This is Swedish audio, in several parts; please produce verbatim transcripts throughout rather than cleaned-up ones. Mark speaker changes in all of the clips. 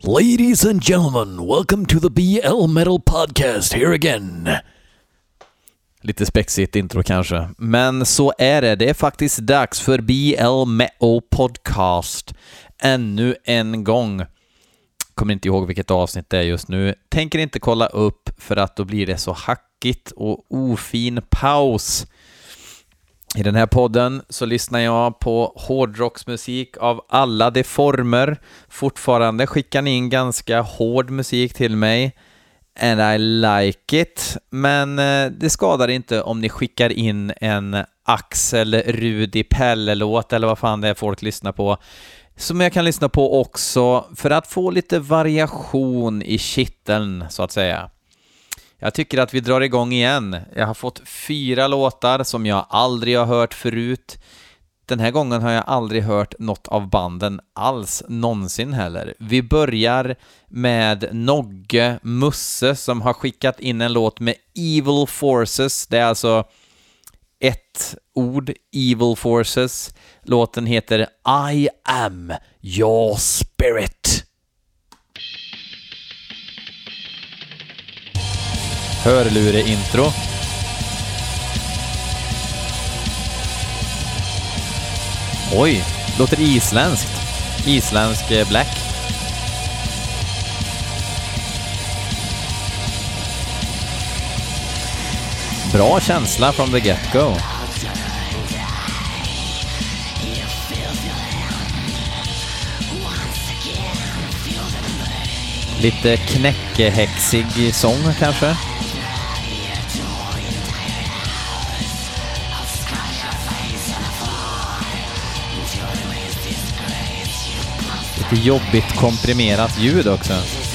Speaker 1: Ladies and gentlemen, welcome to the B L Metal Podcast here again. Lite spexigt intro kanske, men så är det. Det är faktiskt dags för B L Metal Podcast ännu en gång. Kommer inte ihåg vilket avsnitt det är just nu. Tänker inte kolla upp för att då blir det så hackigt och ofin paus. I den här podden så lyssnar jag på hårdrocksmusik av alla de former. Fortfarande skickar ni in ganska hård musik till mig. And I like it. Men det skadar inte om ni skickar in en Axel Rudi Pelle-låt eller vad fan det är folk lyssnar på. Som jag kan lyssna på också för att få lite variation i kitteln så att säga. Jag tycker att vi drar igång igen. Jag har fått fyra låtar som jag aldrig har hört förut. Den här gången har jag aldrig hört något av banden alls någonsin heller. Vi börjar med Nogge Musse som har skickat in en låt med Evil Forces. Det är alltså ett ord, Evil Forces. Låten heter I am your spirit. Hörlure intro. Oj, låter isländskt. Isländsk black. Bra känsla från the get-go. Lite knäckehäxig sång kanske. Lite jobbigt komprimerat ljud också.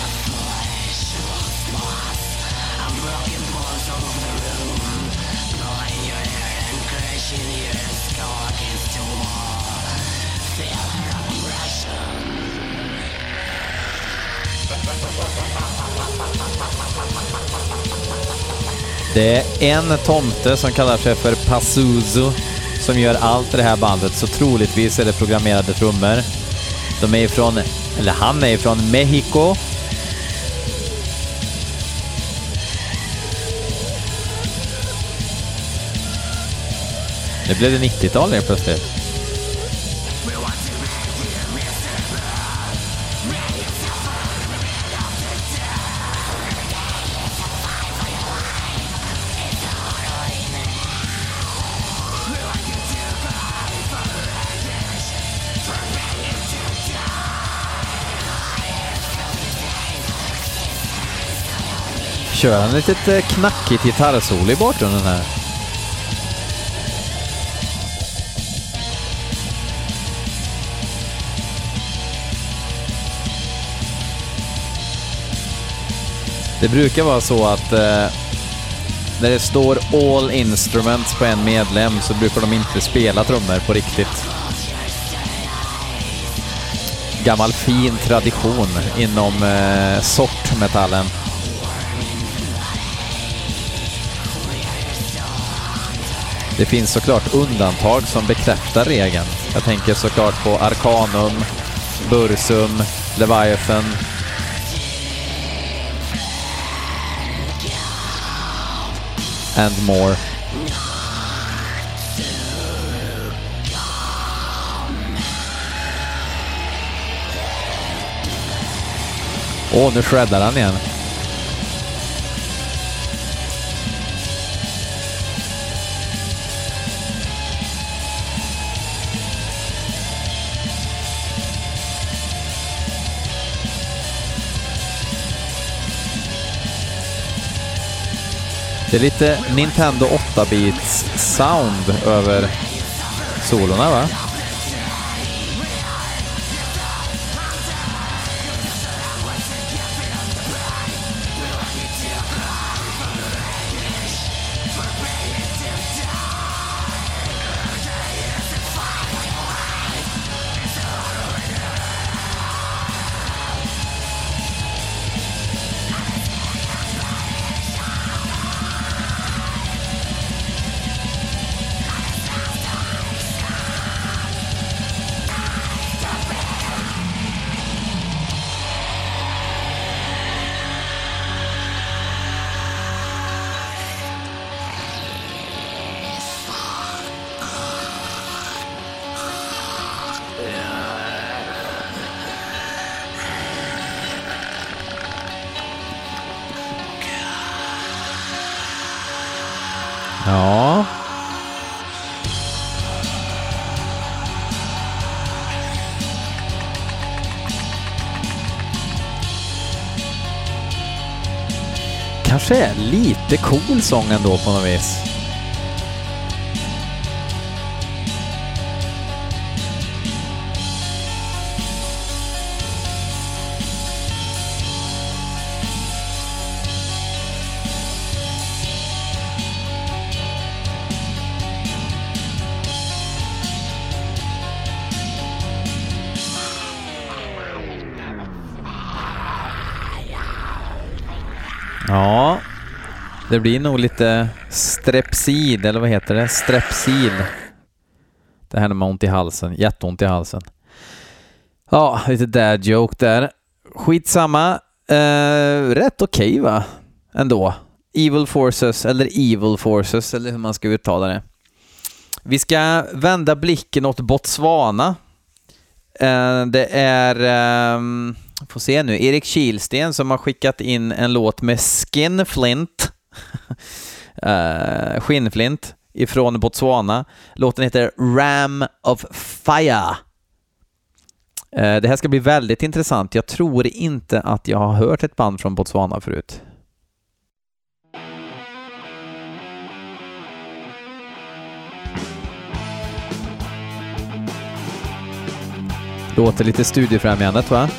Speaker 1: Det är en tomte som kallar sig för Pazuzu som gör allt i det här bandet, så troligtvis är det programmerade trummor. De är ifrån, eller han är ifrån Mexiko. Nu blev det nittiotal där plötsligt. Kör han lite knackigt gitarrsolo i bakgrunden här. Det brukar vara så att eh, när det står all instruments på en medlem så brukar de inte spela trummor på riktigt. Gammal fin tradition inom eh, sortmetallen. Det finns såklart undantag som bekräftar regeln. Jag tänker såklart på Arcanum, Bursum, Leviathan. And more. Åh, nu shreddar han igen. Det är lite Nintendo åtta-bits sound över solorna, va? Ja. Kanske är lite cool sång ändå på något vis. Ja, det blir nog lite strepsil, eller vad heter det? Strepsil. Det här när man har ont i halsen, jätteont i halsen. Ja, lite dad joke där. Skitsamma. Eh, rätt okej okay, va? Ändå. Evil Forces, eller Evil Forces, eller hur man ska uttala det. Vi ska vända blicken åt Botswana. Eh, det är... Eh, får se nu, Erik Kilsten som har skickat in en låt med Skinflint uh, Skinflint ifrån Botswana. Låten heter Ram of Fire. uh, Det här ska bli väldigt intressant. Jag tror inte att jag har hört ett band från Botswana förut. Låter lite studiefrämjandet, va?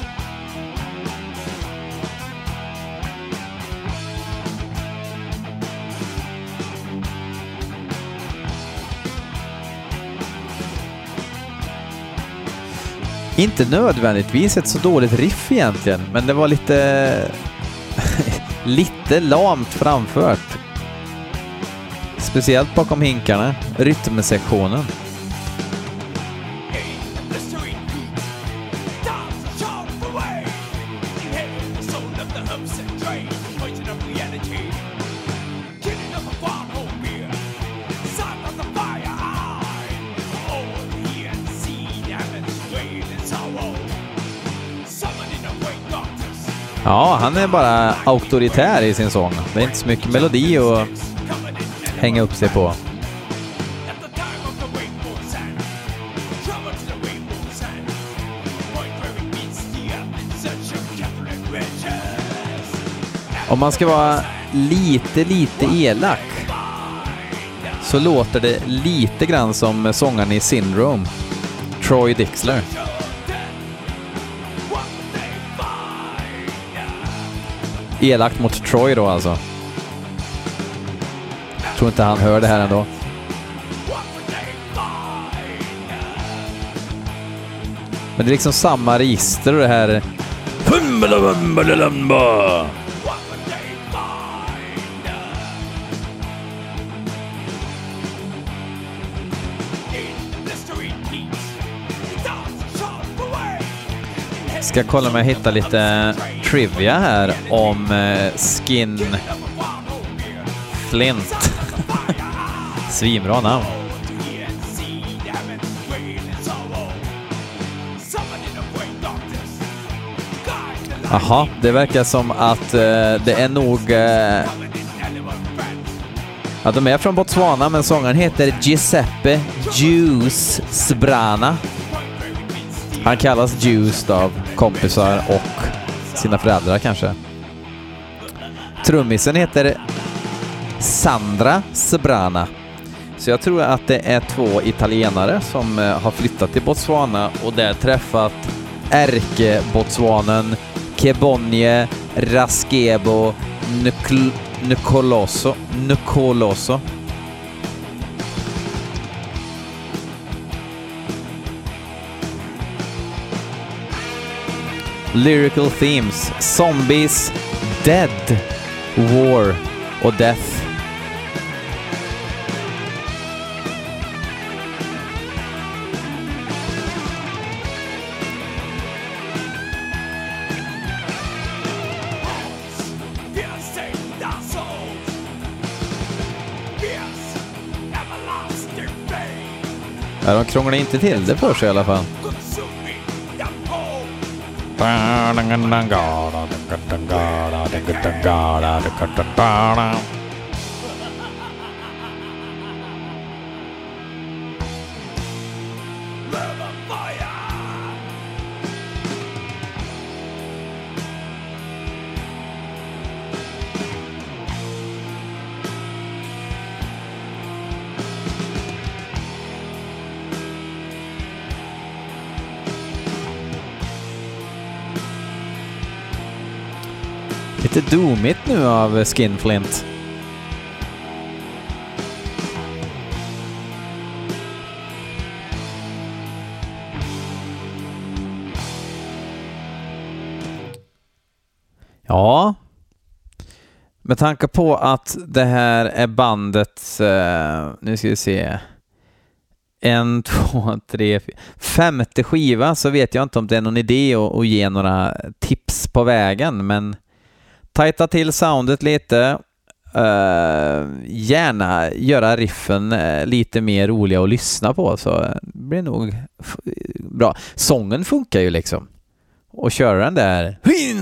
Speaker 1: Inte nödvändigtvis ett så dåligt riff egentligen, men det var lite lite lamt framfört. Speciellt bakom hinkarna, rytmsektionen. Ja, han är bara auktoritär i sin sång. Det är inte så mycket melodi att hänga upp sig på. Om man ska vara lite, lite elak så låter det lite grann som sångaren i Syndrome, Troy Dixler. Elakt mot Troy då alltså. Jag tror inte han hör det här ändå. Men det är liksom samma register och det här. Ska kolla om jag hittar lite trivia här om eh, Skin Flint. Svinbra namn. Aha, det verkar som att eh, det är nog eh, att de är från Botswana, men sångaren heter Giuseppe Juice Sbrana. Han kallas Juice av kompisar och sina föräldrar kanske. Trummisen heter Sandra Sbrana. Så jag tror att det är två italienare som har flyttat till Botswana och där träffat ärke-botswanen Kebonye Raskebo Nukl- Nukoloso Nukoloso. Lyrical themes: zombies, dead, war och death. Ja, de krånglar inte till det för sig i alla fall. Lite doomigt nu av Skinflint. Ja. Med tanke på att det här är bandet, eh, nu ska vi se, en, två, tre, fyra, femte skiva, så vet jag inte om det är någon idé att, att ge några tips på vägen, men tajta till soundet lite, uh, gärna göra riffen uh, lite mer roliga att lyssna på, så det blir nog f- bra. Sången funkar ju liksom. Och köra den där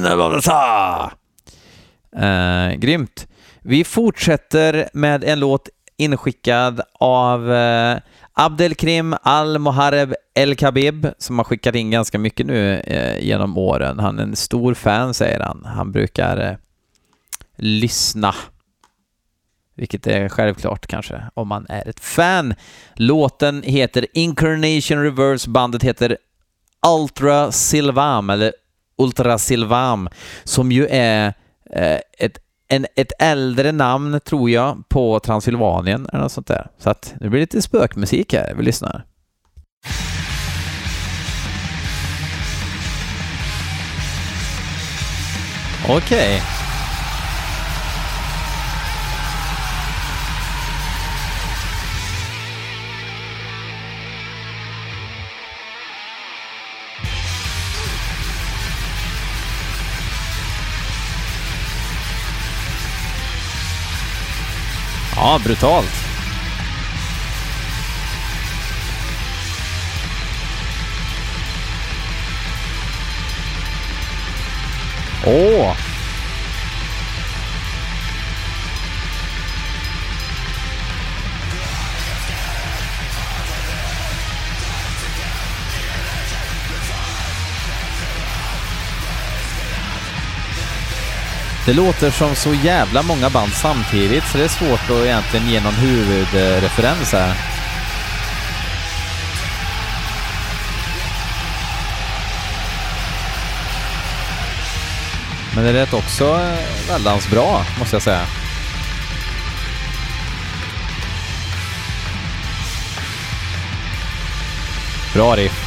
Speaker 1: uh, grymt. Vi fortsätter med en låt inskickad av uh, Abdelkrim Al-Mohareb El-Khabib, som har skickat in ganska mycket nu eh, genom åren. Han är en stor fan, säger han. Han brukar eh, lyssna. Vilket är självklart kanske, om man är ett fan. Låten heter Incarnation Reverse. Bandet heter Ultra Silvam, eller Ultra Silvam, som ju är eh, ett En, ett äldre namn, tror jag, på Transylvanien eller något sånt där. Så att det blir lite spökmusik här. Vi lyssnar. Okej. Okay. Ja, brutalt. Åh! Det låter som så jävla många band samtidigt, så det är svårt att egentligen ge någon huvudreferens här. Men det lät också väldans bra, måste jag säga. Bra riff.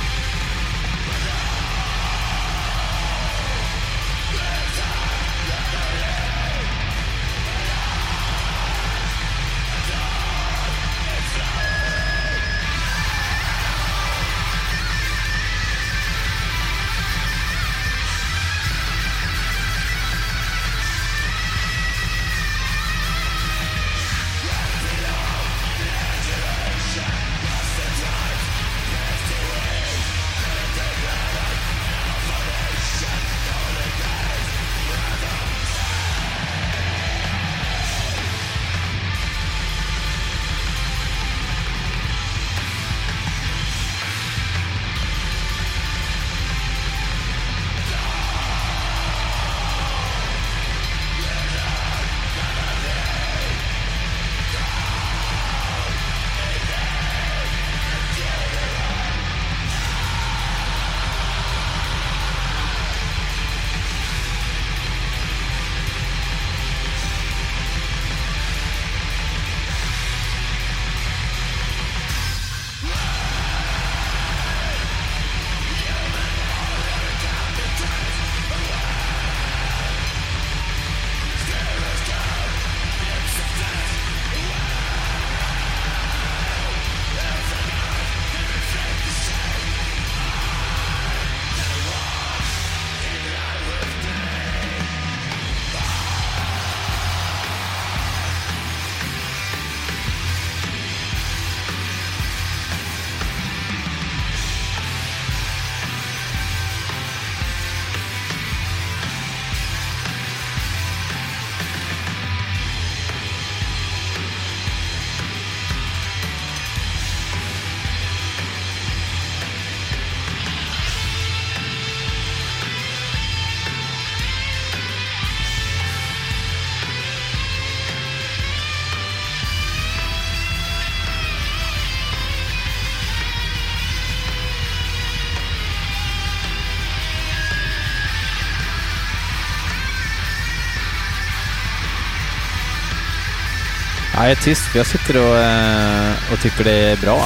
Speaker 1: Jag är tyst för jag sitter och, och tycker det är bra.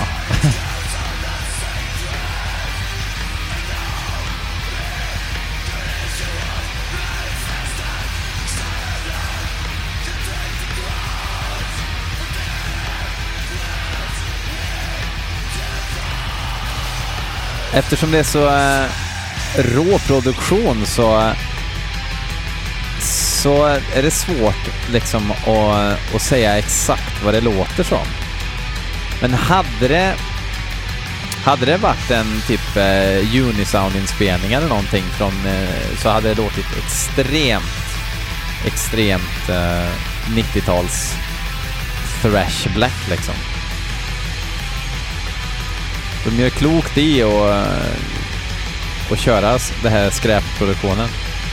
Speaker 1: Eftersom det är så äh, rå produktion så, så är det svårt liksom att, att säga exakt vad det låter som. Men hade det hade det varit en typ äh, Unisound-inspelning eller någonting från, äh, så hade det låtit extremt extremt äh, nittio-tals thrash black liksom. De gör klokt i och, och köra det här skräpproduktionen.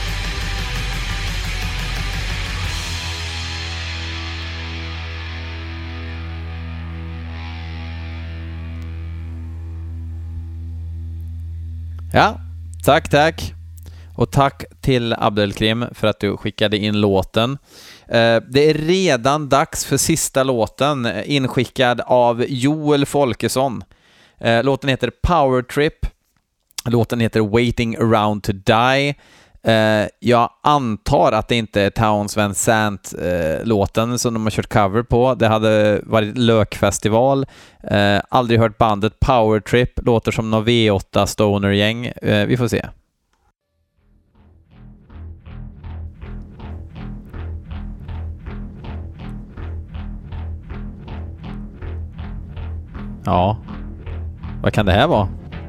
Speaker 1: Ja, tack tack. Och tack till Abdelkrim för att du skickade in låten. Det är redan dags för sista låten, inskickad av Joel Folkesson. Låten heter Power Trip. Låten heter Waiting Around to Die. Jag antar att det inte är Townes Van Sant-låten som de har kört cover på. Det hade varit Lökfestival. Aldrig hört bandet Power Trip. Låter som någon V åtta Stoner-gäng. Vi får se. Ja. Vad kan det här vara?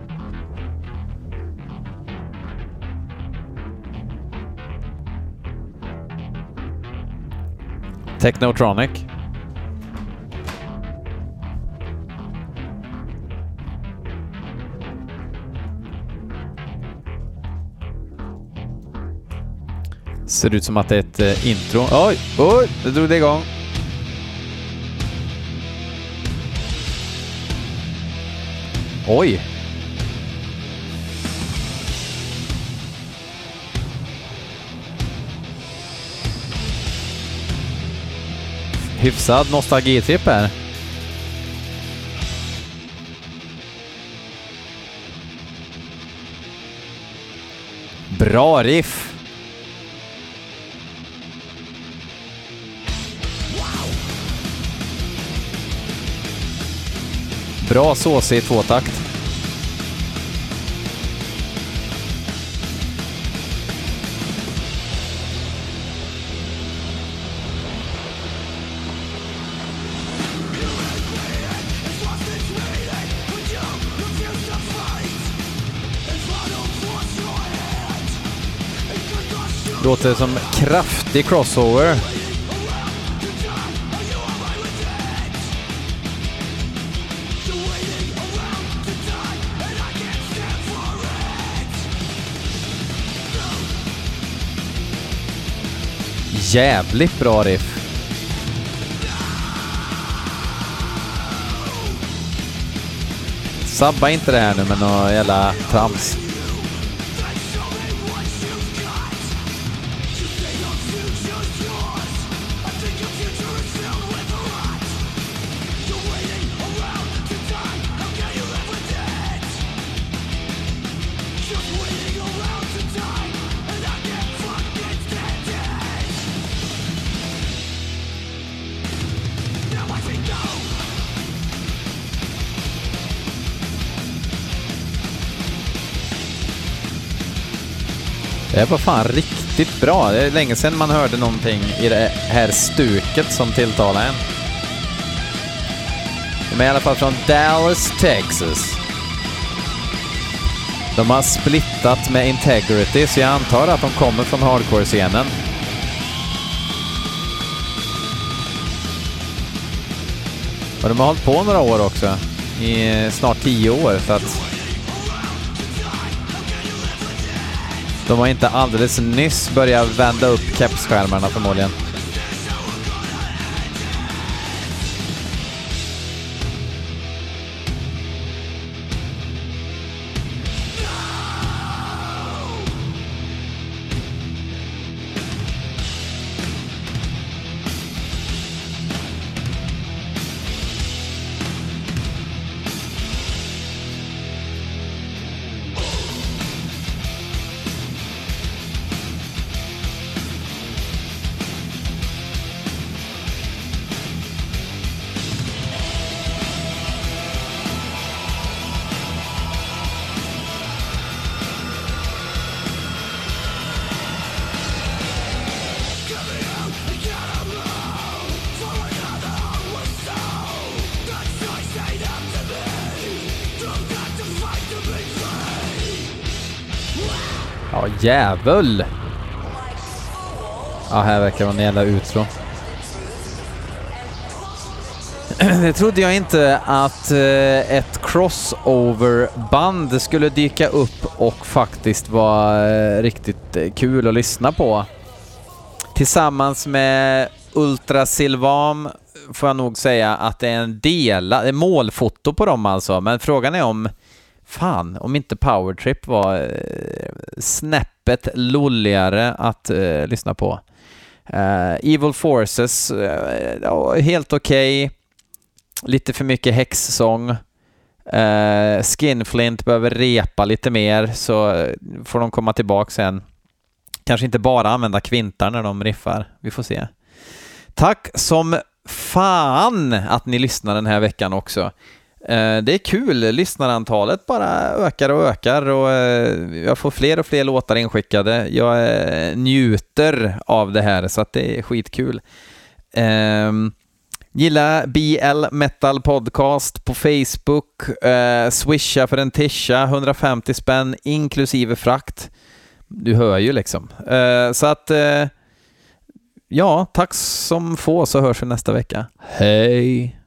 Speaker 1: Technotronic. Ser ut som att det är ett eh, intro. Oj, oj, det drog det igång. Oj. Hyfsad nostalgitripp här. Bra riff. Bra såsig tvåtakt. Låter som kraftig crossover. Jävligt bra riff. Sabba inte det här nu med någon jävla trams. Det var fan riktigt bra. Det är länge sedan man hörde någonting i det här stuket som tilltalar en. De är i alla fall från Dallas, Texas. De har splittat med Integrity, så jag antar att de kommer från hardcore-scenen. Och de har hållit på några år också. I snart tio år, så att de har inte alldeles nyss börjat vända upp kepsskärmarna förmodligen. Ja, jävel! Ja, här verkar vara en jävla utro. Det trodde jag inte att eh, ett crossover-band skulle dyka upp och faktiskt vara eh, riktigt eh, kul att lyssna på. Tillsammans med Ultra Silvam får jag nog säga att det är en del, det är målfoto på dem alltså, men frågan är om fan, om inte Power Trip var eh, snäppet lolligare att eh, lyssna på. Eh, Evil Forces, eh, ja, helt okej. Okay. Lite för mycket häxsång. Uh, Skinflint behöver repa lite mer, så får de komma tillbaka sen. Kanske inte bara använda kvintar när de riffar. Vi får se. Tack som fan att ni lyssnar den här veckan också. Uh, det är kul. Lyssnarantalet bara ökar och ökar och uh, jag får fler och fler låtar inskickade. Jag uh, njuter av det här, så att det är skitkul. Uh, Gilla B L Metal Podcast på Facebook. Eh, swisha för en tisha, hundrafemtio spänn inklusive frakt. Du hör ju liksom. Eh, så att eh, ja, tack som få, så hörs vi nästa vecka. Hej!